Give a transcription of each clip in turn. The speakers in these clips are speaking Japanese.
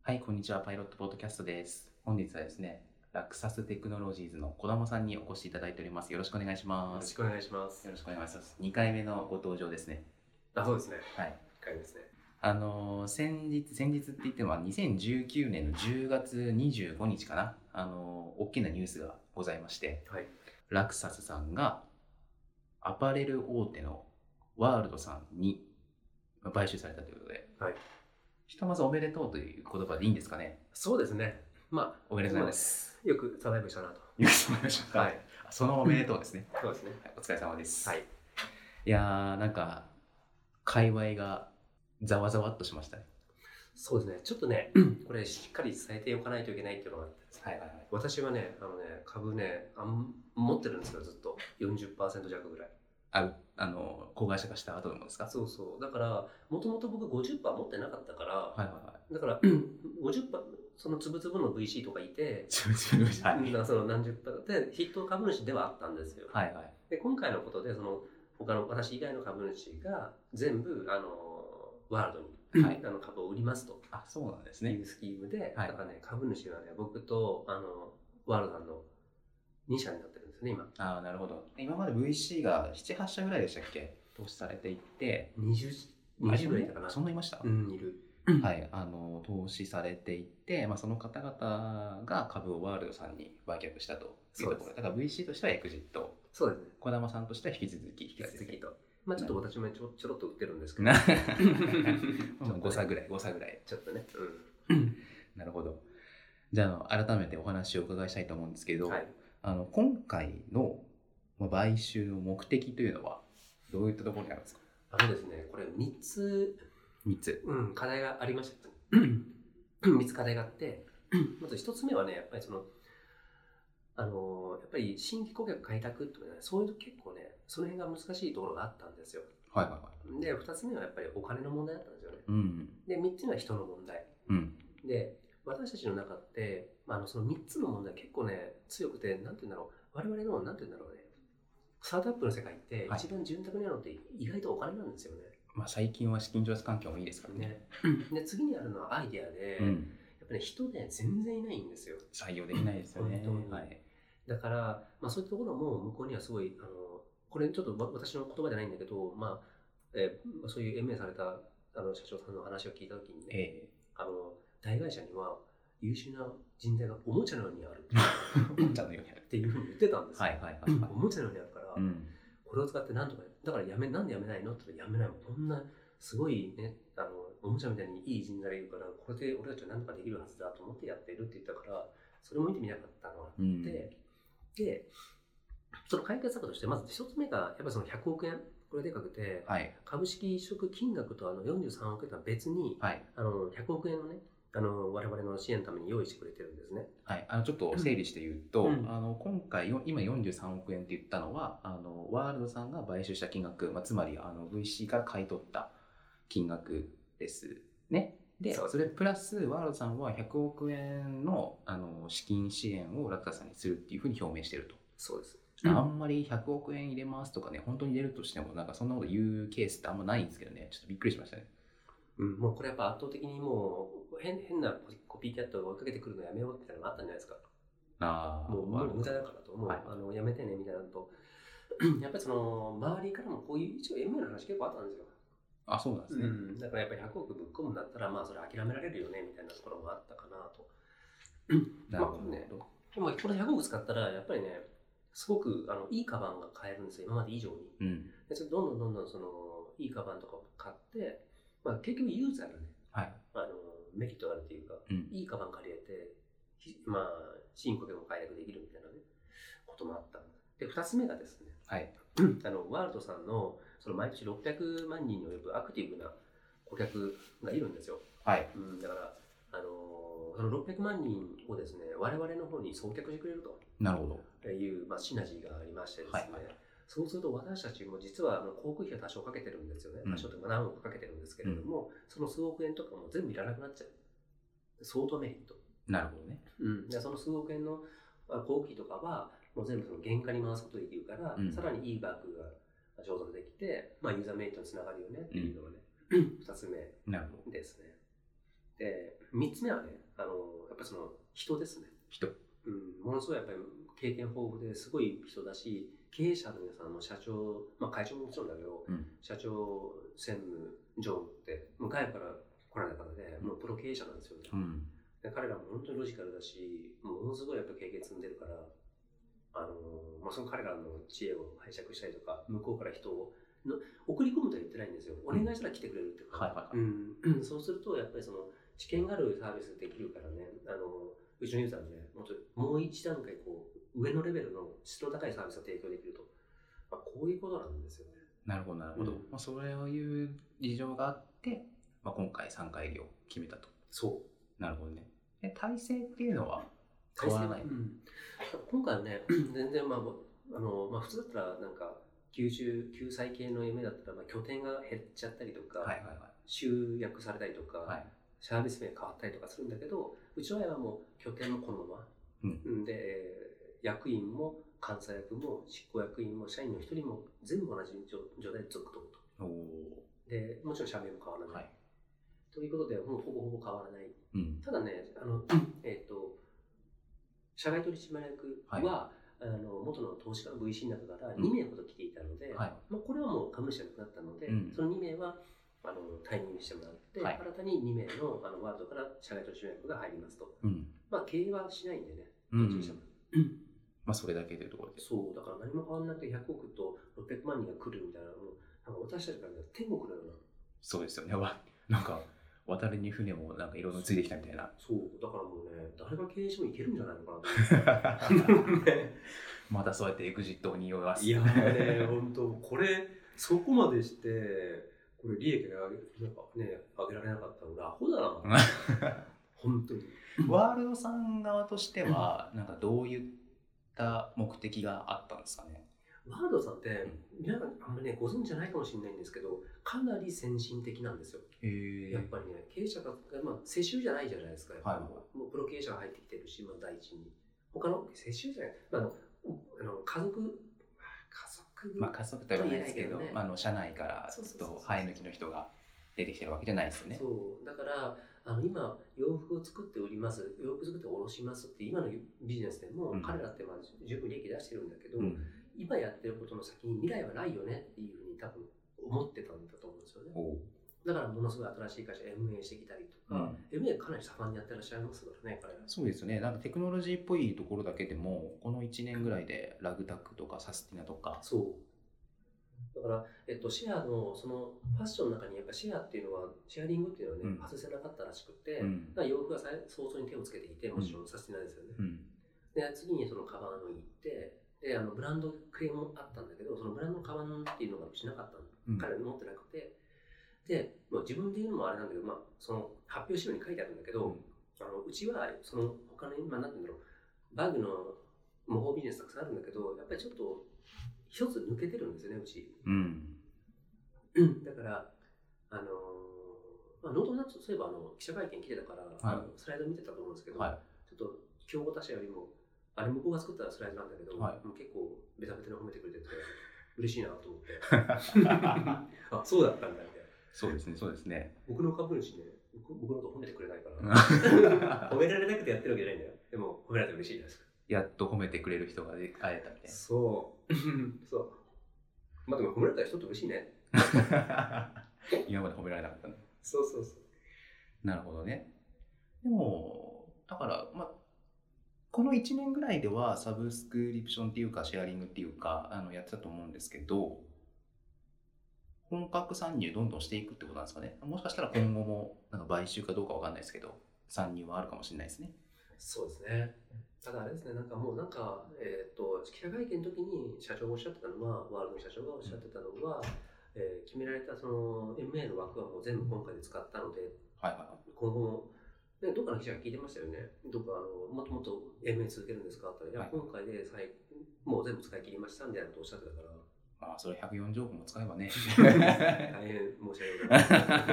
はい、こんにちは。パイロットポッドキャストです。本日はですね、ラクサステクノロジーズの児玉さんにお越しいただいております。よろしくお願いします。 よろしくお願いします。 よろしくお願いします。2回目のご登場ですね。 そうですね。 はい。 2回目ですね。 先日って言っても2019年の10月25日かな。大きなニュースがございまして、 はい。 ラクサスさんがアパレル大手のワールドさんに買収されたということで、 はい。 ひとまずおめでとうという言葉でいいんですかね。 そうですね。 おめでとうございます。 よくサバイブしたなと。 よくサバイブした。 はい。 そのおめでとうですね。 そうですね。 はい、お疲れ様です。 はい。 いやー、なんか、界隈がざわざわっとしましたね。 そうですね。ちょっとね、これしっかり伝えておかないといけないっていうのがあってですね。 はいはいはい。 私はね、株ね、持ってるんですよ、ずっと。40% 弱ぐらい。 子会社化した後でもですか？ そうそう。だから、もともと僕 50% 持ってなかったから、 はいはいはい。 だから、50%、そのつぶつぶの VC とかいて、 はいその何十で筆頭株主ではあったんですよ。 はいはい。 で今回のことで他の私以外の株主が全部ワールドに、 はい、 株を売りますと。 そうなんですね。 いうスキームで、 はい、 だからね、株主はね、僕とワールドさんの2社になってるんですね、今。 なるほど。今まで VC が7、8社ぐらいでしたっけ？投資されていって、 20ぐらいいたかな。 そんないました？ いる。 はい、投資されていって、その方々が株をワールドさんに売却したというところ。だから VC としてはエクジット。 そうですね。 児玉さんとしては引き続きと。ちょっと私もちょろっと売ってるんですけど。 5差ぐらい。 ちょっとね。 なるほど。じゃあ、改めてお話をお伺いしたいと思うんですけど、 はい、 今回の買収の目的というのはどういったところにあるんですか？ ですね、これ3つ、課題がありました。3つ課題があって、まず1つ目はね、やっぱりやっぱり新規顧客開拓っていうのは、ね、そういう結構ね、その辺が難しいところがあったんですよ。 はいはいはい。 で、2つ目はやっぱりお金の問題だったんですよね。で、3つ目は人の問題。で、私たちの中って、その3つの問題結構ね、強くて、なんていうんだろう、我々の、なんていうんだろうね、スタートアップの世界って一番潤沢にあるのって意外とお金なんですよね。 最近は資金調達環境もいいですからね。 で、次にあるのはアイデアで、やっぱり人ね、全然いないんですよ。 採用できないですよね。 本当に。はい、だから、そういったところも向こうにはすごい、これちょっと私の言葉じゃないんだけど、そういう MA された社長さんの話を聞いたときにね、大会社には優秀な人材がおもちゃのようにあるっていうふうに言ってたんですよ。おもちゃのようにあるから、これを使ってなんとか、だからなんで辞めないのって言ったら、辞めないもん。こんなすごいね、おもちゃみたいにいい人材がいるから、これで俺たちは何とかできるはずだと思ってやっているって言ったから、それも見てみなかったのがあって、で、その解決策として、まず一つ目が、やっぱりその100億円、これでかくて、株式移植金額と43億円とは別に、100億円をね、我々の支援のために用意してくれてるんですね。 はい、ちょっと整理して言うと、今回今43億円って言ったのはワールドさんが買収した金額、つまりVC から買い取った金額ですね。で、それプラスワールドさんは100億円の資金支援をラクサさんにするっていうふうに表明していると。 そうです。 あんまり100億円入れますとかね、本当に入れるとしてもなんかそんなこと言うケースってあんまないんですけどね、ちょっとびっくりしましたね。 もうこれやっぱ圧倒的にもう変なコピーキャットが追いかけてくるのやめようってのがあったんじゃないですか。もう無駄だからと、もうやめてねみたいなのと、やっぱりその周りからもこういう一応 MA の話結構あったんですよ。 そうなんですね。 だからやっぱり100億ぶっ込むんだったら、それ諦められるよねみたいなところもあったかなと。 なるほどね。でもこれ100億使ったらやっぱりね、すごくいいカバンが買えるんですよ、今まで以上に。でそれどんどんそのいいカバンとかを買って、結局ユーザーがね、メリットがあるというか、いいカバン借りれて、新顧客も開拓できるみたいなね、こともあったんです。で、2つ目がですね、ワールドさんのその毎年600万人に及ぶアクティブな顧客がいるんですよ。だから、その600万人をですね、我々の方に送客してくれるという、シナジーがありましてですね、そうすると私たちも実は航空費は多少かけてるんですよね。多少というか何億かけてるんですけれども、その数億円とかも全部いらなくなっちゃう。相当メリット。 なるほどね。 でその数億円の航空費とかはもう全部その原価に回すことができるから、さらにいいバッグが上手できて、ユーザーメリットにつながるよねっていうのがね、2つ目ですね。で、 3つ目はね、やっぱその人ですね。 人。 ものすごいやっぱり経験豊富ですごい人だし、経営者の皆さんの社長、会長ももちろんだけど、社長、専務、常務って、もう外部から来られた方で、もうプロ経営者なんですよね。で彼らも本当にロジカルだし、ものすごいやっぱ経験積んでるから、その彼らの知恵を拝借したりとか、向こうから人を送り込むとは言ってないんですよ。お願いしたら来てくれるっていうか、そうするとやっぱりその知見があるサービスできるからね、うちのユーザーにね、もう一段階上のレベルの質の高いサービスを提供できると、こういうことなんですよね。 なるほどなるほど。そういう事情があって、今回3会議を決めたと。 そう。 なるほどね。体制っていうのは変わらない。 今回はね、全然普通だったらなんか救済系の夢だったら拠点が減っちゃったりとか、集約されたりとか、サービス名変わったりとかするんだけど、うちの場合はもう拠点もこのまま、で役員も監査役も執行役員も社員の一人も全部同じ状態で続くと。でもちろん社名も変わらない、ということでもうほぼほぼ変わらない、ただね、社外取締役は、元の投資家の VC などから2名ほど来ていたので、これはもう株主じゃなくなったので、その2名は退任してもらって、新たに2名のワールドから社外取締役が入りますと。経営はしないんでね、どっちにしても。 それだけというところで。 そう、だから何も変わらなくて100億と600万人が来るみたいな、なんか私たちから天国のような。 そうですよね。なんか渡りに船もなんかいろいろついてきたみたいな。 そう、だからもうね、誰が経営してもいけるんじゃないのかなとまたそうやってエグジットを匂わす。 いやね、本当これ、そこまでして、これ利益が上げられなかったのがアホだな。本当に。 ワールドさん側としては、なんかどういった目的があったんですかね。 ワールドさんって、皆さんあんまりね、ご存知じゃないかもしれないんですけど、かなり先進的なんですよ。やっぱりね、経営者が、世襲じゃないじゃないですか。もうプロ経営者が入ってきてるし、第一に。他の世襲じゃない、家族とは言えないですけど、社内からずっと生え抜きの人が出てきてるわけじゃないですよね。 そう、だから今洋服を作って売ります、洋服作って卸しますって今のビジネスでも、彼らって十分利益出してるんだけど、今やってることの先に未来はないよねっていうふうに多分思ってたんだと思うんですよね。だからものすごい新しい会社 MA してきたりとか、MA かなり盛んにやってらっしゃいますからね、彼ら。 そうですね。なんかテクノロジーっぽいところだけでもこの1年ぐらいでラグタックとかサスティナとか。 そうだから、シェアのそのファッションの中にやっぱシェアっていうのは、シェアリングっていうのはね、外せなかったらしくて、洋服が早々に手をつけていて、もちろんサスティナですよね。で次にそのカバンを行って、でブランド系もあったんだけど、そのブランドのカバンっていうのがしなかったの、彼ら持ってなくて、で、自分で言うのもあれなんだけど、その発表資料に書いてあるんだけど、うちはその他のなんていうんだろう、バッグの模倣ビジネスたくさんあるんだけど、やっぱりちょっと一つ抜けてるんですよね、うち。だからノートナッツ、そういえば記者会見来てたから、スライド見てたと思うんですけど、ちょっと競合他社よりもあれ向こうが作ったスライドなんだけど、結構ベタベタに褒めてくれてて嬉しいなと思ってあ、そうだったんだみたいな。 そうですね、そうですね。 僕の株主ね、僕のこと褒めてくれないから褒められなくてやってるわけじゃないんだよ。でも褒められて嬉しいです。 やっと褒めてくれる人が会えたみたいな。 そうでも褒められた人って嬉しいね今まで褒められなかったの。 そうなるほどね。でもだからこの1年ぐらいではサブスクリプションっていうかシェアリングっていうかやってたと思うんですけど、本格参入どんどんしていくってことなんですかね。もしかしたら今後もなんか買収かどうかわかんないですけど、参入はあるかもしれないですね。 そうですね。ただあれですね、記者会見の時に社長がおっしゃってたのは、ワールドの社長がおっしゃってたのは、決められたその MA の枠はもう全部今回で使ったので、今後も、どっかの記者が聞いてましたよね。どっかもっともっと MA 続けるんですかって言ったら、今回でもう全部使い切りましたみたいなことをおっしゃってたから。 それ140億も使えばね。 大変申し訳ない。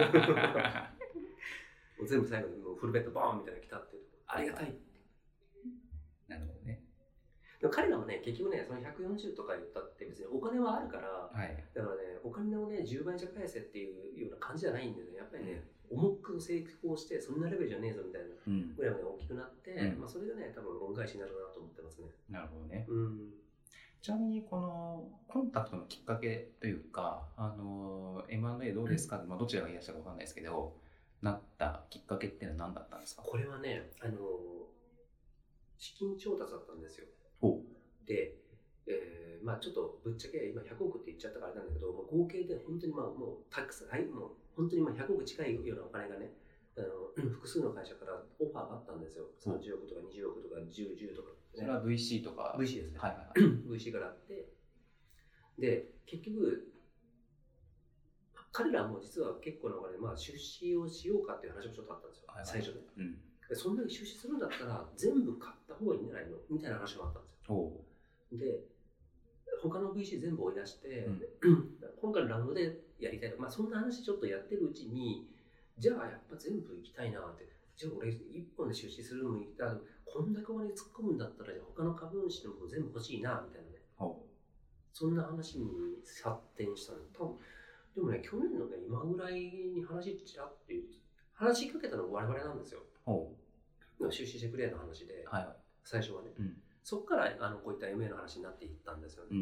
もう全部最後にもうフルベッドボーンみたいなの来たって、ありがたい。 なるほどね。 でも彼らもね、結局ね、その140とか言ったって別にお金はあるから、だからね、お金をね、10倍じゃ返せっていうような感じじゃないんでね、やっぱりね、 重く成功してそんなレベルじゃねえぞみたいなぐらいまで大きくなって、それがね多分恩返しになるなと思ってますね。 なるほどね。ちなみにこのコンタクトのきっかけというか、M&A どうですか、どちらがいらっしゃるかわかんないですけど、なったきっかけっていうのは何だったんですか？ これはね、資金調達だったんですよ。で、ちょっとぶっちゃけ今100億って言っちゃったからあれなんだけど、合計で本当にもうたくさん、もう本当に100億近いようなお金がね、複数の会社からオファーがあったんですよ。30億とか20億とか10とか、 それは VC とか VC ですね。VC からあって、で、結局、彼らも実は結構なお金、出資をしようかっていう話もちょっとあったんですよ、最初で。でそんなに出資するんだったら全部買った方がいいんじゃないのみたいな話もあったんですよ。で、他の VC 全部追い出して、今回のラウンドでやりたいとか、そんな話ちょっとやってるうちに、じゃあやっぱ全部行きたいなって、じゃあ俺一本で出資するのもいいけど、こんだけお金突っ込むんだったら、じゃあ他の株主のも全部欲しいなみたいなね。そんな話に発展したの。多分でもね、去年のね、今ぐらいに話しかけたのが我々なんですよ。出資してくれの話で、最初はね。そこからこういった MA の話になっていったんですよね。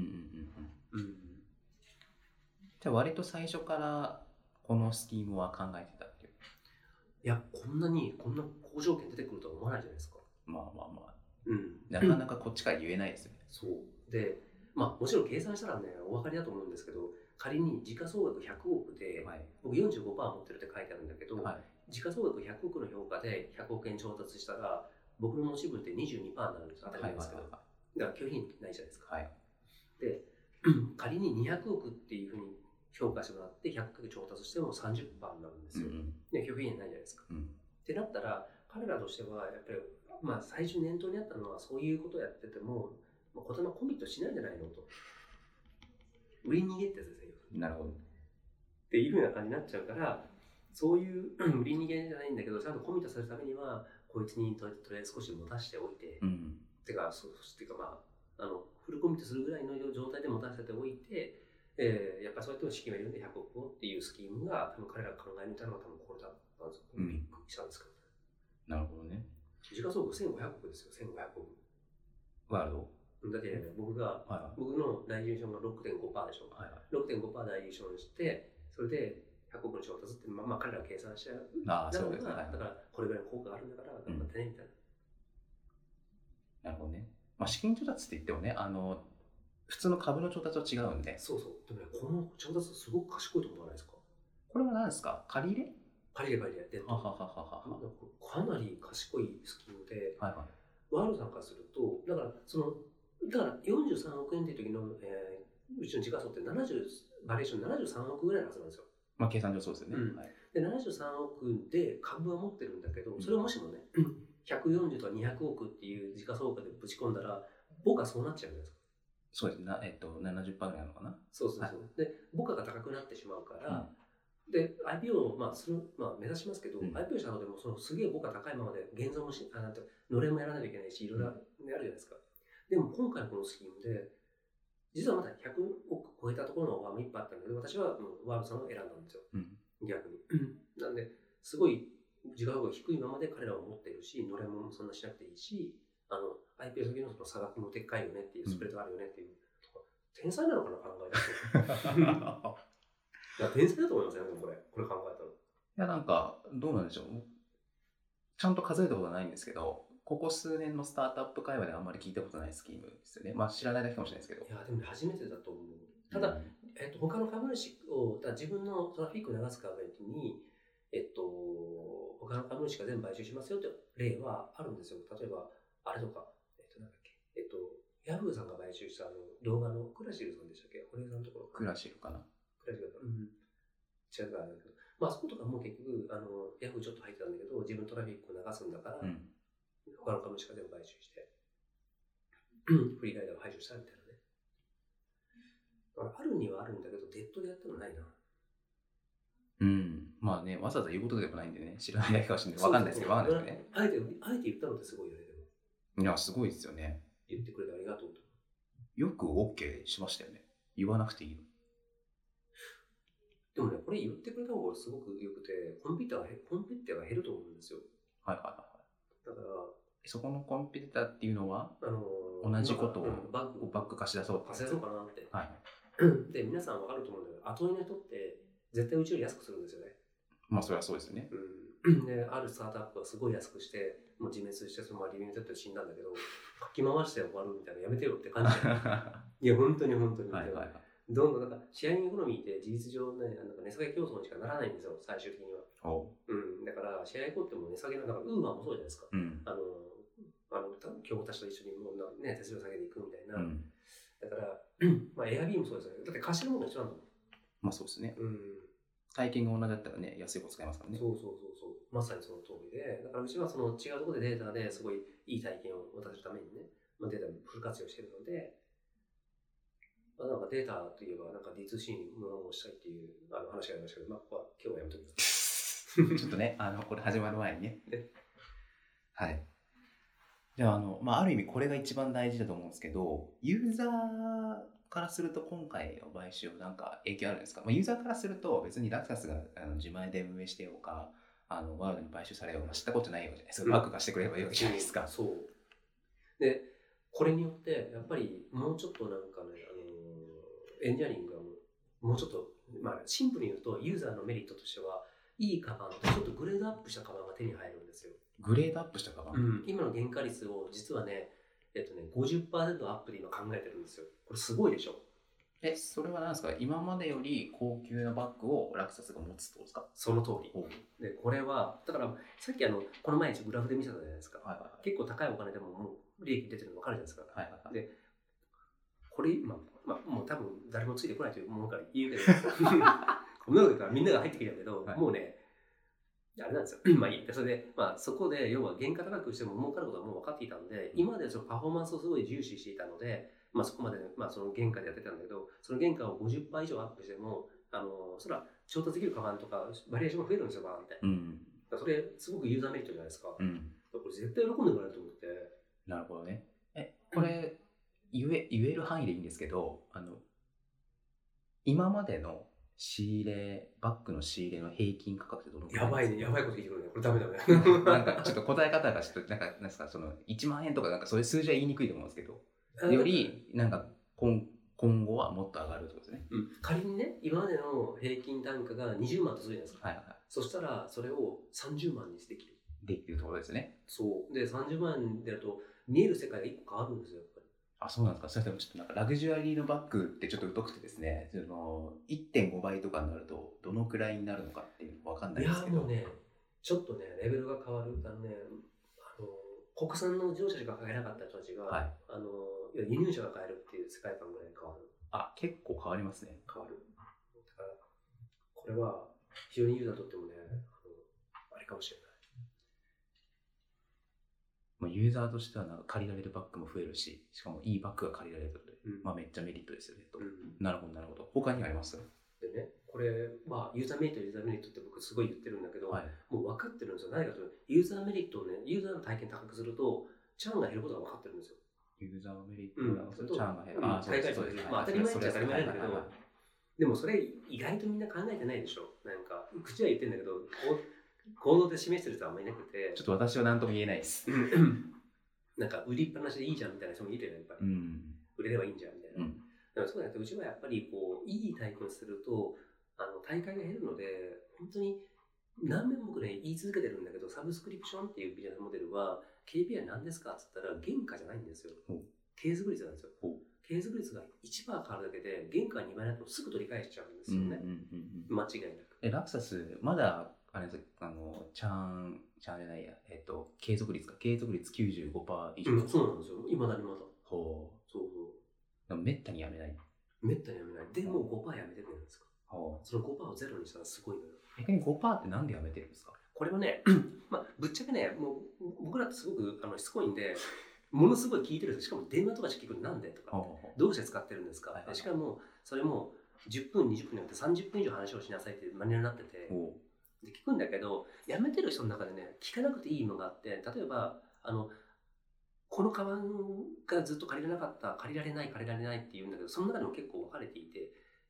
じゃあ割と最初からこのスキームは考えてたっていう？ いや、こんな好条件出てくるとは思わないじゃないですか。 なかなかこっちから言えないですよね。 そうで、もちろん計算したらね、お分かりだと思うんですけど、仮に時価総額100億で、僕 45% 持ってるって書いてあるんだけど、時価総額100億の評価で100億円調達したら、僕の持ち分って 22% になるんですよ。当たり前ですけど。だから拒否ないじゃないですか。で、仮に200億っていうふうに評価してもらって100億調達しても 30% になるんですよ。で、拒否ないじゃないですか。ってなったら、彼らとしてはやっぱり、最初念頭にあったのは、そういうことをやってても、コミットしないんじゃないのと。売り逃げってやつですよ。 なるほど。 っていうふうな感じになっちゃうから、そういう売り逃げじゃないんだけど、ちゃんとコミットするためには、こいつにとりあえず少し持たしておいて、てかフルコミットするぐらいの状態で持たせておいて、やっぱりそうやって資金を入れるんで100億をっていうスキームが、多分彼らが考え抜いたのが多分これだったんですよ。びっくりしたんですけど。 なるほどね。 時価総額1500億ですよ、1500億。 ワールドだって、僕の大ディションが 6.5% でしょ。6.5% 大ディションして、それで100億の調達って、彼らが計算しちゃう。 そうですね。 だから、これぐらいの効果があるんだから、頑張ってね、みたいな。なるほどね。資金調達って言ってもね、普通の株の調達は違うんで。 そう。でもね、この調達すごく賢いと思わないですか？ これは何ですか？借り入れ。 かなり賢いスキームで、ワールドさんからすると、だから43億円っていう時の、うちの時価総ってバリエーション73億ぐらいのはずなんですよ。 計算上そうですよね。 で、73億で株は持ってるんだけど、それをもしもね、140とか200億っていう時価総額でぶち込んだら、僕はそうなっちゃうんですか。 そうですね。70% ぐらいなのかな。 そう。で、僕が高くなってしまうから、で、IPO を目指しますけど、IPO したのでもすげえ僕が高いままで現像ものれんもやらないといけないし、いろいろあるじゃないですか。でも今回のこのスキームで、実はまだ100億超えたところのオファーもいっぱいあったんだけど、私はワールドさんを選んだんですよ。逆に。なんで、すごい時価総額低いままで彼らは持ってるし、のれんもそんなしなくていいし、IPO 先の差額もでっかいよねっていう、スプレッドがあるよねっていう、天才なのかな、考えだと。天才だと思いますよね、これ考えたら。 いや、どうなんでしょう。ちゃんと数えたことはないんですけど、ここ数年のスタートアップ界隈であんまり聞いたことないスキームですよね。知らないだけかもしれないですけど。 いや、でも初めてだと思う。ただ、他の株主を、自分のトラフィックを流す代わりに、他の株主が全部買収しますよって例はあるんですよ。例えば、あれとか、ヤフーさんが買収した動画のクラシルさんでしたっけ？堀江さんのところ。 クラシルかな。 違うからだけど、そことかも結局、ヤフーちょっと入ってたんだけど、自分トラフィックを流すんだから、他の株主が全部買収して、フリーライダーを排除したみたいなね。だからあるにはあるんだけど、デッドでやったのないな。 わざわざ言うことでもないんでね、知らないだけかもしれない。わかんないですけど、ね。 あえて言ったのってすごいよね、でも。 いや、すごいですよね。 言ってくれてありがとうと。 よく OK しましたよね。言わなくていいの。 でもね、これ言ってくれた方がすごく良くて、コンピューターが減ると思うんですよ。 はいはいはい。 だから、 そこのコンピューターっていうのは、同じことをバック貸し出そう貸し出そうかなって。 はい。 で、皆さん分かると思うんだけど、後追いの人って絶対うちより安くするんですよね。 まあそれはそうですよね。 で、あるスタートアップはすごい安くして、もう自滅して、そのままリミネットって死んだんだけど、書き回して終わるみたいな、やめてよって感じ。いや、本当に本当に。はいはいはい。どんどんなんかシェアリングエコノミーって事実上ね、なんか値下げ競争にしかならないんですよ、最終的には。だからシェアエコっても値下げなんだから、ウーバーもそうじゃないですか。競合たちと一緒にもうね、手数料下げていくみたいな。だから、まあ、エアビーもそうですよね。だって貸しのものが一緒なんだもん。 まあそうですね。体験が同じだったらね、安い方使いますからね。 そう。まさにその通りで、だからうちはその違うところでデータですごいいい体験を渡すためにね、まあ、データをフル活用しているので、まあ、なんかデータといえばなんか D2C に物をしたいっていう話がありましたけど、まあ、ここは今日はやめときます。 ちょっとね、これ始まる前にね。はい。じゃあ、まあ、ある意味これが一番大事だと思うんですけど、ユーザーからすると今回の買収なんか影響あるんですか？まあ、ユーザーからすると別にラクサスが自前で運営してようか、ワールドに買収されようか知ったことないわけじゃないですか。バック貸してくれればいいわけじゃないですか。 そう。で、これによってやっぱりもうちょっとなんかね、エンジニアリングがもうちょっと、まあ、シンプルに言うとユーザーのメリットとしては、いいカバンとちょっとグレードアップしたカバンが手に入るんですよ。 グレードアップしたカバン、 今の原価率を実はね、50% アップで今考えてるんですよ。これすごいでしょ。 それは何ですか？今までより高級なバッグをラクサスが持つってことですか？ その通り。で、これは、だからさっきこの前グラフで見せたじゃないですか。結構高いお金でももう利益出てるの分かるじゃないですか。で、これ、まあ、もう多分誰もついてこないと思うから言うけど、こんなこと言ったらみんなが入ってきたけど、もうね、あれなんですよ。まあいい。それで、まあそこで、要は原価高くしても儲かることはもう分かっていたので、今までそのパフォーマンスをすごい重視していたので、まあそこまで、まあその原価でやってたんだけど、その原価を50%以上アップしても、それは調達できるカバンとか、バリエーションが増えるんですよ、バーンって。それ、すごくユーザーメリットじゃないですか。これ絶対喜んでもらえると思って。 なるほどね。これ、言える範囲でいいんですけど、今までの仕入れ、バッグの仕入れの平均価格ってどのくらいですか？ やばいこと言ってくるね。これダメだね。 なんかちょっと答え方がちょっと、なんですか、その1万円とかなんかそういう数字は言いにくいと思うんですけど、より、なんか今後はもっと上がるってことですね。 仮にね、今までの平均単価が20万とするじゃないですか。そしたら、それを30万にできる。 できるってことですね。 そう。で、30万でやると、見える世界が1個変わるんですよ、やっぱり。 あ、そうなんですか。それでもちょっとなんかラグジュアリーのバッグってちょっと疎くてですね、1.5 倍とかになるとどのくらいになるのかっていうのわかんないですけど。 いやもうね、ちょっとね、レベルが変わる。国産の自動車しか買えなかった人たちが、輸入車が買えるっていう世界観ぐらい変わる。 あ、結構変わりますね。 変わる。だから、これは非常にユーザーにとってもね、あれかもしれない。 ユーザーとしてはなんか借りられるバッグも増えるし、しかもいいバッグが借りられるので、まあめっちゃメリットですよねと。なるほど、なるほど。他にあります？ でね、これ、まあユーザーメリット、ユーザーメリットって僕すごい言ってるんだけど、もう分かってるんですよ。何かというと、ユーザーメリットをね、ユーザーの体験高くすると、チャーンが減ることが分かってるんですよ。 ユーザーメリットがチャーンが減る。 大概そうです。まあ当たり前っちゃ当たり前なんだけど、でもそれ意外とみんな考えてないでしょ。なんか、口は言ってるんだけど、行動で示してる人はあんまりいなくて。 ちょっと私は何とも言えないです。 なんか売りっぱなしでいいじゃんみたいな人もいるよね、やっぱり。売れればいいんじゃんみたいな。でもそうじゃなくて、うちはやっぱりこう、いい体験をすると、大会が減るので、本当に何年もくらい言い続けてるんだけど、サブスクリプションっていうビジネスモデルは、KPI 何ですかって言ったら、原価じゃないんですよ。継続率なんですよ。継続率が 1% 変わるだけで、原価2倍になってもすぐ取り返しちゃうんですよね。間違いなく。 ラクサス、まだ、あれです、チャーンじゃないや、継続率か。継続率 95% 以上。 そうなんですよ。未だにまだ。 そう。でもめったにやめない。 めったにやめない。でも 5% やめてくれるんですか。その 5% をゼロにしたらすごいのよ。 逆に 5% ってなんでやめてるんですか？ これはね、まあ、ぶっちゃけね、もう僕らってすごくしつこいんで、ものすごい聞いてるんです。しかも電話とかして聞くのなんでとか、どうして使ってるんですか、しかもそれも10分、20分じゃなくて30分以上話をしなさいっていうマニュアルになってて、で聞くんだけど、やめてる人の中でね、聞かなくていいのがあって、例えば、このカバンがずっと借りられなかった、借りられないって言うんだけど、その中でも結構分かれていて、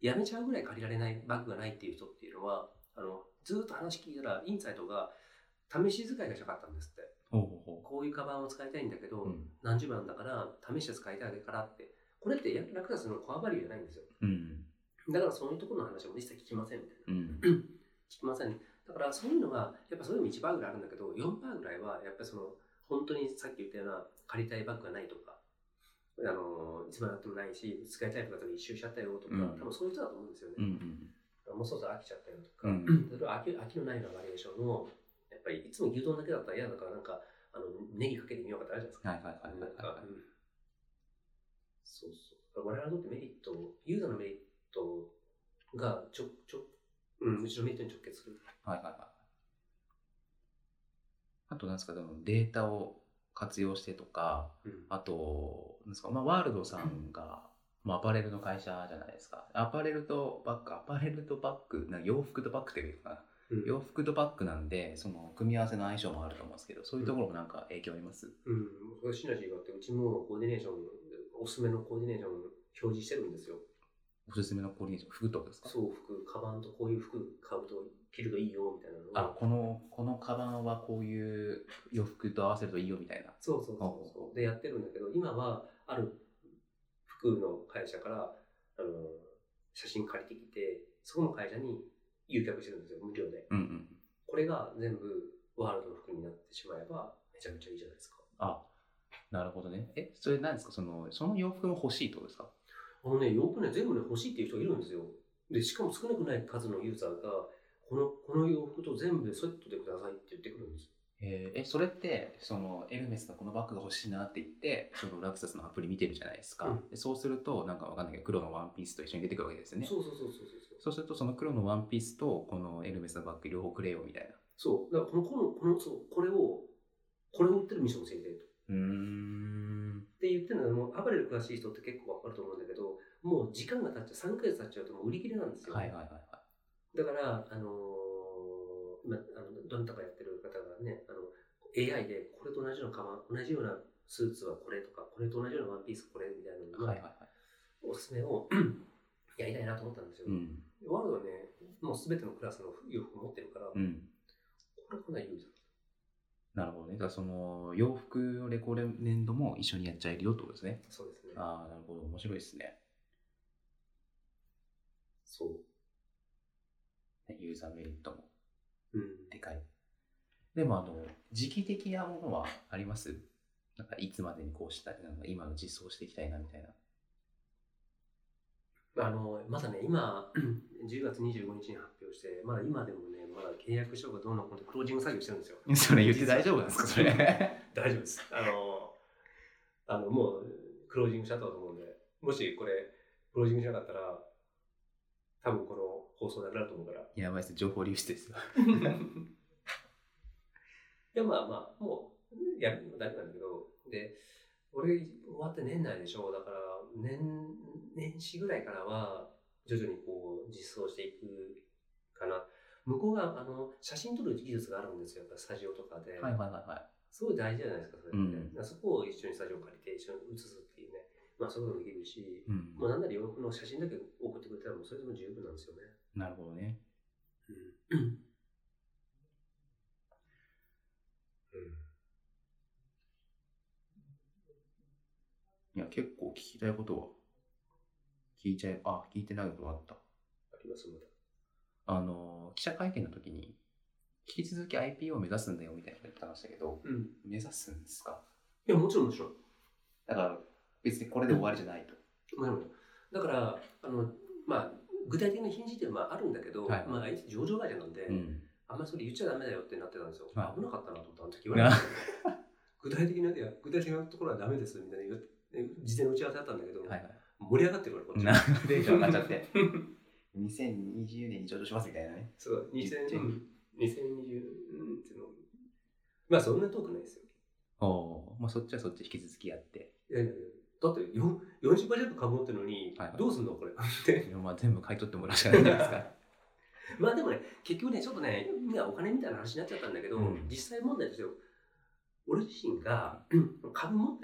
やめちゃうぐらい借りられないバッグがないっていう人っていうのは、ずーっと話聞いたら、インサイトが試し使いがしたかったんですって。こういうカバンを使いたいんだけど、何十万だから試して使いたいからって。これってラクサスのコアバリューじゃないんですよ。だからそういうところの話も一切聞きませんみたいな。聞きません。だからそういうのが、やっぱそれでも1%ぐらいあるんだけど、4%ぐらいは、やっぱり本当にさっき言ったような借りたいバッグがないとか、いつまでたってもないし、使いたいとか一周しちゃったよとか、多分そういう人だと思うんですよね。もうそろそろ飽きちゃったよとか、それは飽きのないようなバリエーションを、やっぱりいつも牛丼だけだったら嫌だから、なんか、ネギかけてみようかってあるじゃないですか。そうそう。我々にとってメリット、ユーザーのメリットがうちのメリットに直結する。 あと、なんですか、データを活用してとか、あと、なんですか、ワールドさんが、アパレルの会社じゃないですか。アパレルとバッグ、洋服とバッグっていうかな。洋服とバッグなんで、その組み合わせの相性もあると思うんですけど、そういうところもなんか影響あります？ それシナジーがあって、うちもコーディネーション、おすすめのコーディネーションを表示してるんですよ。 おすすめのコーディネーション、服とかですか？ そう、服、カバンとこういう服買うと着るといいよみたいなのを。 このカバンはこういう洋服と合わせるといいよみたいな。 そう。でやってるんだけど、今はある服の会社から写真借りてきて、そこの会社に誘客してるんですよ、無料で。これが全部ワールドの服になってしまえばめちゃめちゃいいじゃないですか。 なるほどね。それ何ですか、その洋服も欲しいってことですか？ 洋服ね、全部ね、欲しいっていう人がいるんですよ。で、しかも少なくない数のユーザーが、この洋服と全部セットでくださいって言ってくるんですよ。 それって、エルメスのこのバッグが欲しいなって言って、ラクサスのアプリ見てるじゃないですか。でそうすると、なんかわかんないけど、黒のワンピースと一緒に出てくるわけですよね。そうすると、その黒のワンピースと、このエルメスのバッグ両方くれよみたいな。 そう。だからこれを売ってる店を教えてと。って言ってるのは、もうアパレル詳しい人って結構わかると思うんだけど、もう時間が経っちゃう、3ヶ月経っちゃうともう売り切れなんですよ。だから、今、どなたかやってる方がね、AI でこれと同じようなカバン、同じようなスーツはこれとか、これと同じようなワンピースこれみたいなののおすすめをやりたいなと思ったんですよ。ワールドはね、もうすべてのクラスの洋服を持ってるから、これかなりユーザー。 なるほどね。だから洋服のレコメンドも一緒にやっちゃえるよってことですね。 そうですね。 なるほど。面白いですね。 そう。 ユーザーメリットもでかい。でも時期的なものはあります？なんかいつまでにこうしたい、なんか今の実装していきたいなみたいな。 まだね、今、10月25日に発表して、まだ今でもね、まだ契約書がどうのこうのクロージング作業してるんですよ。 それ言って大丈夫ですか、それ。 大丈夫です。もう、クロージングしちゃったと思うんで、もしこれ、クロージングしなかったら、多分この放送なくなると思うから。 やばいです、情報流出ですよ。 でももう、やるのも大丈夫なんだけど、で、俺終わって年内でしょ。だから、年始ぐらいからは、徐々にこう、実装していくかな。向こうが、写真撮る技術があるんですよ。やっぱスタジオとかで。すごい大事じゃないですか、それって。そこを一緒にスタジオ借りて、一緒に写すっていうね。そういうこともできるし、もうなんなら洋服の写真だけ送ってくれたら、もうそれでも十分なんですよね。 なるほどね。いや、結構聞きたいことは聞いてないことがあった。 あります、まだ。記者会見の時に、引き続き IPO を目指すんだよみたいなこと言ってましたけど、目指すんですか？ いや、もちろん。 だから、別にこれで終わりじゃないと。 だから、具体的な日にちってあるんだけど、あいつ上場会社なんで、あんまりそれ言っちゃダメだよってなってたんですよ。危なかったなと思った、あの時言われて。具体的なところはダメですみたいな事前打ち合わせあったんだけど、盛り上がってるから、こっち。 テンション上がっちゃって。2020年に上場しますみたいなね。 そう、2020っていうの。そんな遠くないですよ。 そっちはそっち引き続きやって。 だって40%株持ってるのに、どうすんのこれ。 全部買い取ってもらうしかないんじゃないですか。 でもね、結局ね、ちょっとね、お金みたいな話になっちゃったんだけど、実際問題ですよ。俺自身が株持ってる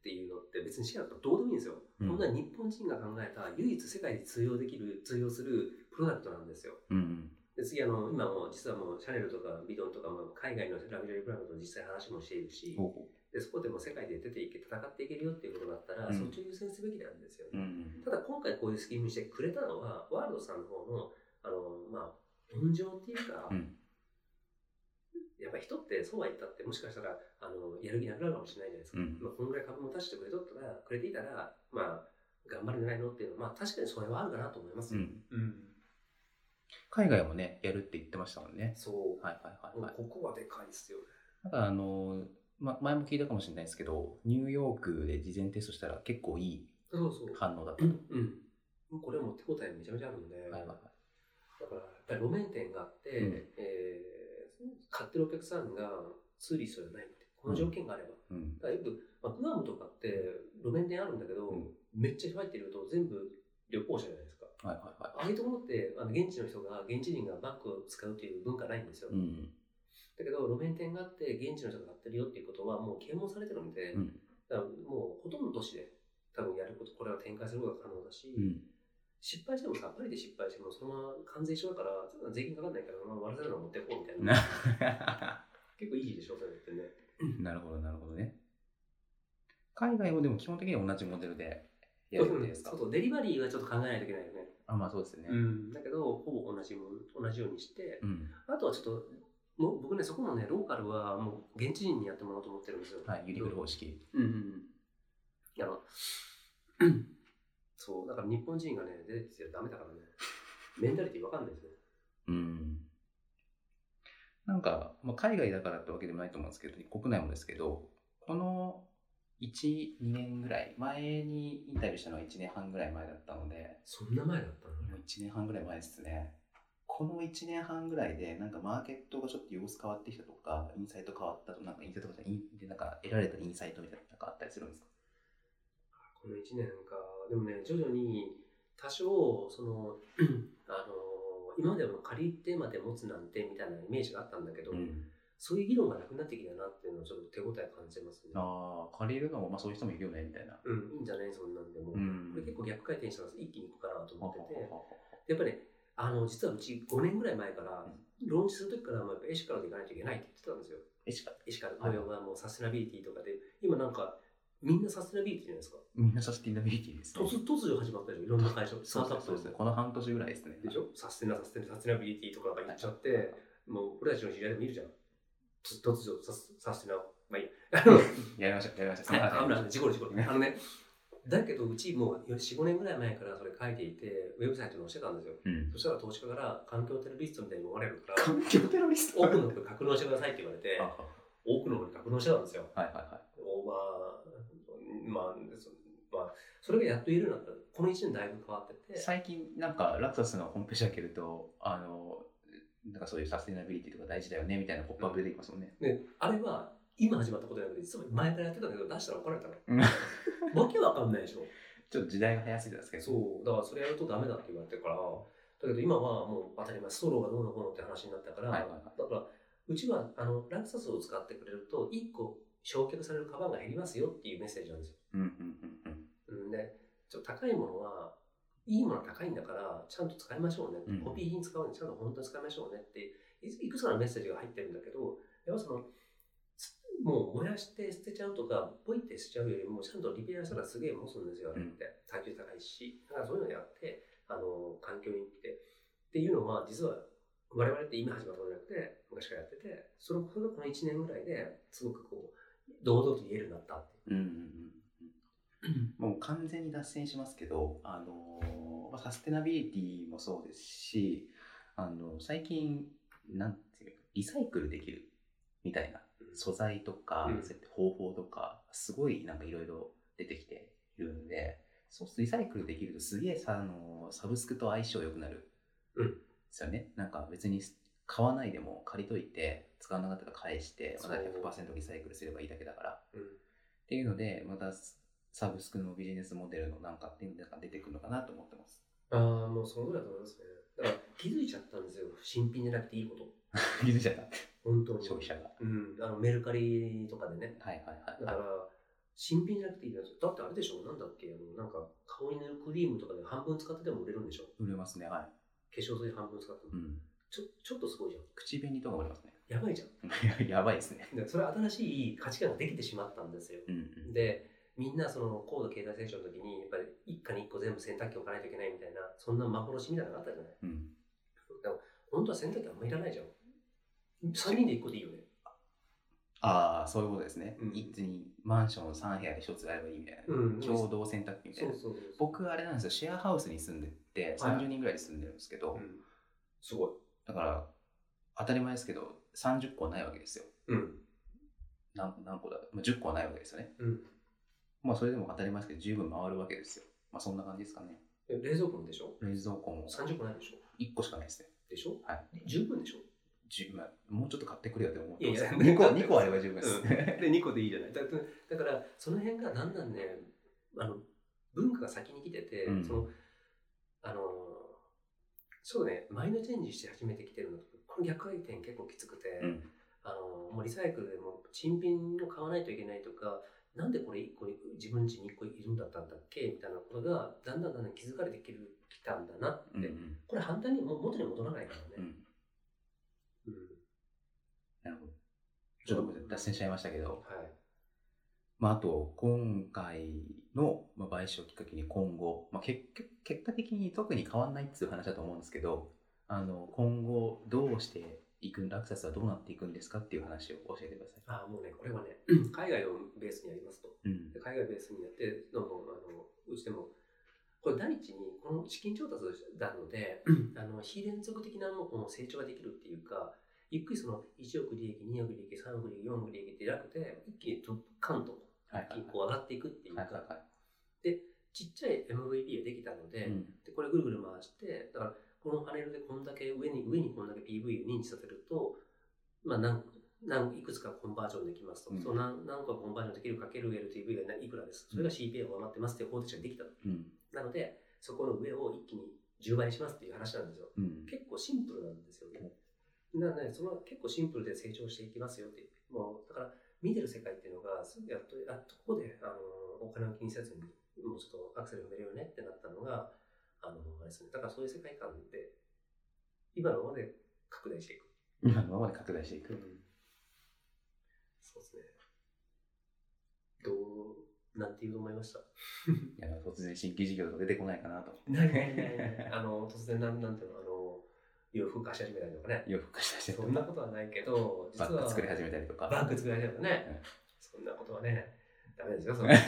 っていうのって別にシェアとかどうでもいいんですよ。こんな日本人が考えた唯一世界で通用するプロダクトなんですよ。で次今も実はもうシャネルとかビドンとかも海外のラグジュアリーブランドと実際話もしているし、でそこでも世界で出ていけ戦っていけるよっていうことだったら、そっちを優先すべきなんですよね。ただ今回こういうスキームにしてくれたのはワールドさんの方の温情っていうか、やっぱり人ってそうは言ったってもしかしたらやる気なくなるかもしれないじゃないですか。こんぐらい株も出してくれていたら頑張るんじゃないのっていうのは確かにそれはあるかなと思いますよ。 海外もねやるって言ってましたもんね。 そう。ここはでかいですよね。 ただ前も聞いたかもしれないですけど、ニューヨークで事前テストしたら結構いい反応だったと。 これはもう手応えめちゃめちゃあるので、だからやっぱり路面店があって、買ってるお客さんがツーリストじゃないって、この条件があれば。だからよく、グアムとかって路面店あるんだけど、めっちゃ入ってると全部旅行者じゃないですか。ああいうところって現地人がバッグを使うっていう文化ないんですよ。だけど路面店があって現地の人が買ってるよっていうことはもう啓蒙されてるので、だからもうほとんど都市で多分やること、これは展開することが可能だし、失敗してもパリで失敗してもそのまま関税一緒だから税金かかんないから割らざるの持っていこうみたいな結構いいでしょそれってね。 なるほどなるほどね。海外もでも基本的には同じモデルでやるんですか？ そうデリバリーはちょっと考えないといけないよね。 そうですよね。 だけどほぼ同じようにして、あとはちょっと僕ねそこのねローカルはもう現地人にやってもらおうと思ってるんですよ。 ユニクロ方式。 そうだから日本人がね出てきてダメだからね。メンタリティわかんないですね。 なんか、海外だからってわけでもないと思うんですけど、国内もですけど、この1、2年ぐらい前にインタビューしたのは1年半ぐらい前だったので。 そんな前だったの？ もう1年半ぐらい前ですね。この1年半ぐらいでなんかマーケットがちょっと様子変わってきたとか、インサイト変わったと、なんかインサイトとかなんか得られたインサイトみたいなのがあったりするんですか？ この1年か。でもね、徐々に多少今までは借りてまで持つなんてみたいなイメージがあったんだけど、そういう議論がなくなってきたなっていうのをちょっと手応え感じてますね。 借りるのもそういう人もいるよねみたいな。 いいんじゃないそんなんでも。これ結構逆回転したら一気にいくかなと思ってて、やっぱり実はうち5年ぐらい前からローンチするときからやっぱエシカルでいかないといけないって言ってたんですよ。エシカル。要はもうサステナビリティとかで、今なんかみんなサステナビリティじゃないですか。 みんなサステナビリティですね。 突如始まったでしょ、いろんな会社。 そうですね。この半年ぐらいですね。 でしょ、サステナビリティとか言っちゃって、もう俺たちの知り合いでもいるじゃん。突如サステナ、 やりましょう。 事故。だけどうちもう 4,5 年ぐらい前からそれ書いていて、ウェブサイトに載せてたんですよ。そしたら投資家から環境テロリストみたいに思われるから、 環境テロリスト多くの人格納してくださいって言われて、多くの人格納してたんですよ。それがやっと言えるようになった。この1年だいぶ変わってて。 最近なんかラクサスのホームページ開けると、なんかそういうサステナビリティとか大事だよねみたいなポップアップ出てきますもんね。 あれは今始まったことじゃなくて、実は前からやってたけど出したら怒られたの。わけわかんないでしょ。 ちょっと時代が早すぎたんですけど。 そう、だからそれやるとダメだって言われてるから、だけど今はもう当たり前、ストローがどうのこうのって話になったから、だからうちはラクサスを使ってくれると1個焼却されるカバンが減りますよっていうメッセージなんですよ。で、ちょっと高いものはいいものは高いんだからちゃんと使いましょうね、コピー品使うのにちゃんと本当に使いましょうねっていくつかのメッセージが入ってるんだけど、やっぱもう燃やして捨てちゃうとかポイって捨てちゃうよりもちゃんとリペアしたらすげえ持つんですよ、あれって耐久高いし、だからそういうのやって環境に行っていうのは実は我々って今始まったことじゃなくて昔からやってて、それがこの1年ぐらいですごく堂々と言えるようになったっていう。 もう完全に脱線しますけど、サステナビリティもそうですし、最近なんていうかリサイクルできるみたいな素材とか、そういった方法とかすごいなんかいろいろ出てきているので、そうするとリサイクルできるとすげえサブスクと相性良くなるんですよね。なんか別に買わないでも借りといて使わなかったら返してまた 100% リサイクルすればいいだけだから、っていうのでまたサブスクのビジネスモデルのなんかっていうのが出てくるのかなと思ってます。 もうそのぐらいだと思いますね。だから気づいちゃったんですよ、新品じゃなくていいこと。 気づいちゃった。 本当に。 消費者が。 メルカリとかでね。だから新品じゃなくていいやつ。だってあれでしょ、なんだっけ、なんか顔に塗るクリームとかで半分使ってても売れるんでしょ。 売れますね、はい。 化粧水半分使っても。ちょっとすごいじゃん。 口紅とかもありますね。 やばいじゃん。やばいですね。 それは新しい価値観ができてしまったんですよ。で、みんなその高度経済成長の時に、やっぱり一家に一個全部洗濯機置かないといけないみたいな、そんな幻みたいなのがあったじゃない。でも本当は洗濯機あんまいらないじゃん。3人で1個でいいよね。 ああ、そういうことですね。一気にマンション3部屋で1つあればいいみたいな。共同洗濯機みたいな。僕あれなんですよ、シェアハウスに住んでて、30人ぐらいで住んでるんですけど、 すごい。 だから当たり前ですけど、30個はないわけですよ。何個だ、10個はないわけですよね。まあそれでも当たり前ですけど、十分回るわけですよ。まあそんな感じですかね。 冷蔵庫もでしょ。 冷蔵庫も 30個ないでしょ。 1個しかないですね。 でしょ。 はい。 十分でしょ。 もうちょっと買ってくれよって思ってます。 2個あれば十分です。 で、2個でいいじゃない。だから、その辺がだんだんね、文化が先に来てて、そうね、マインドチェンジして始めてきてるのと、この逆回転結構きつくて、もうリサイクルでも新品を買わないといけないとか、なんでこれ1個自分家に1個いるんだったんだっけみたいなことがだんだん気づかれてきたんだなって、これ反対にもう元に戻らないからね。 なるほど。ちょっと脱線しちゃいましたけど、まああと今回の買収をきっかけに今後、結果的に特に変わんないっていう話だと思うんですけど、今後どうしていくラクサスはどうなっていくんですかっていう話を教えてください。 もうね、これはね、海外をベースにやりますと。海外ベースにやって、どんどんうちでも、これ第一にこの資金調達なので、非連続的なもう成長ができるっていうか、ゆっくりその1億利益、2億利益、3億利益、4億利益ってなくて、一気にドッカンと一気にこう上がっていくっていうか、で、ちっちゃい MVP ができたので、でこれぐるぐる回して、だからこのパネルでこんだけ上にこんだけ PV を認知させると、まあいくつかコンバージョンできますと。そう何個コンバージョンできるかける LTV がいくらです。それが CPA を上回ってますっていう方程式ができた。なので、そこの上を一気に10倍にしますっていう話なんですよ。結構シンプルなんですよね。なので、その結構シンプルで成長していきますよって。もう、だから、見てる世界っていうのが、すぐやっとここで、お金を気にせずに、もうちょっとアクセル踏めるよねってなったのが、あれですね。だからそういう世界観で、今のままで拡大していく。 今のままで拡大していく。 そうですね。なんていうと思いました。いや、突然新規事業とか出てこないかなと。 ない。突然なんていうの、洋服貸し始めたりとかね。 洋服貸し始めたり。 そんなことはないけど、 実はバッグ作り始めたりとか。 バッグ作り始めたりとかね。そんなことはね、ダメですよ、それ。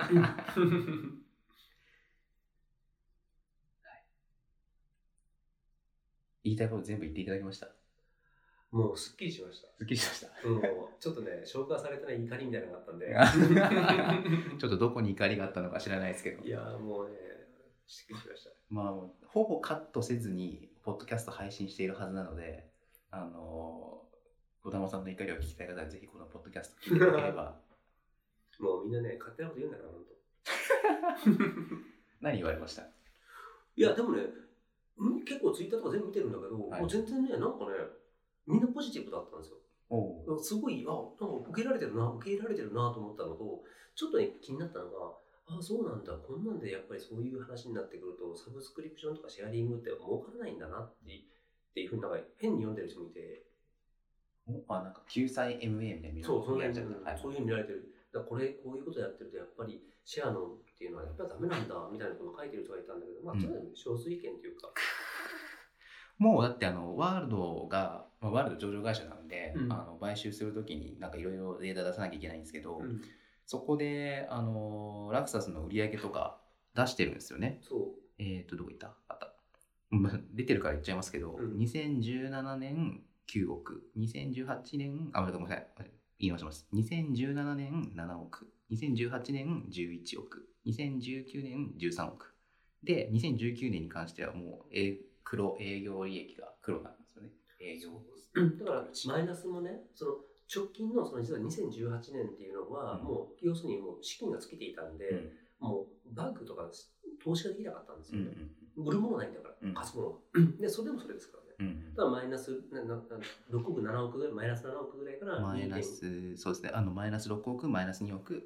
言いたいこと全部言っていただきました。 もうすっきりしました。 すっきりしました。 ちょっとね、消化されてない怒りみたいなのがあったんで。 ちょっとどこに怒りがあったのか知らないですけど。 いやもうね、すっきりしました。 まあ、ほぼカットせずに、ポッドキャスト配信しているはずなので、児玉さんの怒りを聞きたい方は、ぜひこのポッドキャスト聞いていただければ。 もうみんなね、勝手なこと言うんだから、本当。 何言われました？ いや、でもね、結構ツイッターとか全部見てるんだけど、もう全然ね、なんかね、みんなポジティブだったんですよ。すごい、なんか受け入れられてるなと思ったのと、ちょっとね、気になったのが、そうなんだ、こんなんでやっぱりそういう話になってくると、サブスクリプションとかシェアリングって儲からないんだなっていうふうに、なんか変に読んでる人もいて。 なんか救済 MA みたいな。 そういうふうに見られてる。だからこういうことやってると、やっぱりシェアのっていうのはやっぱりダメなんだみたいなことを書いてる人がいたんだけど、まあ、ちょっと少数意見というか。 もうだってワールドが、ワールド上場会社なんで、買収するときになんかいろいろデータ出さなきゃいけないんですけど、そこでラクサスの売り上げとか出してるんですよね。 そう。 どこ行った？あった。出てるから言っちゃいますけど、2017年9億、2018年、ごめんなさい、言い直します。2017年7億、2018年11億、2019年13億。で、2019年に関してはもう黒営業利益が黒なんですよね。営業。 だからマイナスもね、その直近の実は2018年っていうのは、もう要するにもう資金が尽きていたんで、もうバッグとか投資ができなかったんですよね。売るものないんだから、貸すものが。で、それでもそれですからね。だからマイナス6億、7億ぐらい、マイナス7億ぐらいからマイナス、そうですね、マイナス6億、マイナス2億、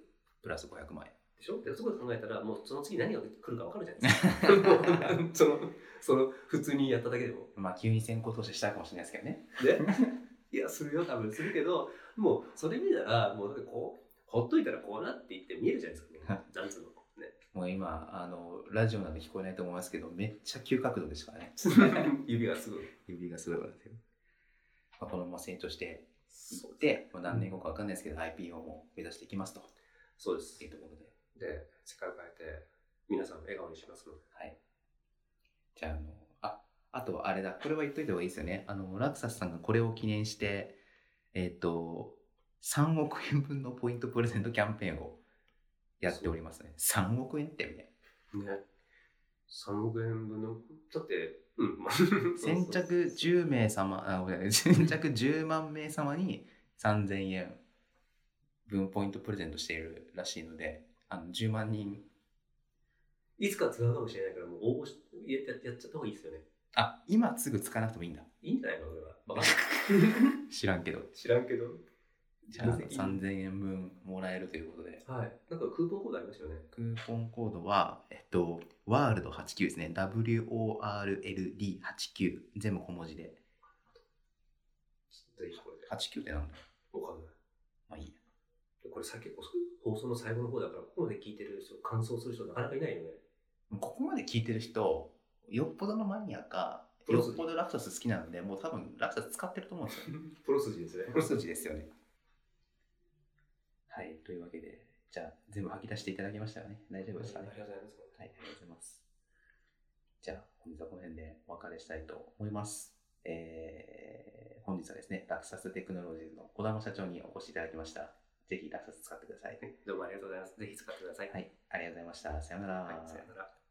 プラス500万円。 でしょ。でそこで考えたら、もうその次何が来るか分かるじゃないですか。その普通にやっただけでも。 まあ急に先行投資したいかもしれないですけどね。 いや、するよ、多分するけど、もうそれ見たら、もうこう、ほっといたらこうなっていって見えるじゃないですか、ね。なんつうの。ね、 もう今、ラジオなんで聞こえないと思いますけど、めっちゃ急角度ですからね。 指がすごい。 指がすごいですよ。まあ、このまま成長していって、まあ、何年後か分かんないですけど、IPO も目指していきますと。 そうです。 いうところで。 で、世界を変えて、皆さんを笑顔にしますので。 はい。じゃあ、あとはあれだ、これは言っといた方がいいですよね。ラクサスさんがこれを記念して、3億円分のポイントプレゼントキャンペーンをやっておりますね。3億円ってみたいな。 ね。3億円分の、だって、 先着10名様、先着10万名様に3000円分ポイントプレゼントしているらしいので、10万人。 いつか使うかもしれないから、もう応募しやっちゃった方がいいですよね。 あ、今すぐ使わなくてもいいんだ。 いいんじゃないの、俺は。わかんない。 知らんけど。じゃあ3000円分もらえるということで。 はい。なんかクーポンコードありましたよね。 クーポンコードは、ワールド89ですね。WORLD89。全部小文字で。 ぜひこれで。 89ってなんだ？ わかんない。 まあいいや。 これさっき放送の最後の方だから、ここまで聞いてる人、感想する人なかなかいないよね。 ここまで聞いてる人、よっぽどのマニアか、よっぽどラクサス好きなので、もう多分ラクサス使ってると思うんですよ。 プロ筋ですね。 プロ筋ですよね。はい、というわけで、じゃあ全部吐き出していただきましたよね。大丈夫ですかね。 ありがとうございます。 はい、ありがとうございます。じゃあ本日はこの辺でお別れしたいと思います。本日はですね、ラクサステクノロジーズの児玉社長にお越しいただきました。ぜひラクサス使ってください。 どうもありがとうございます。ぜひ使ってください。 はい、ありがとうございました。さようなら。 はい、さようなら。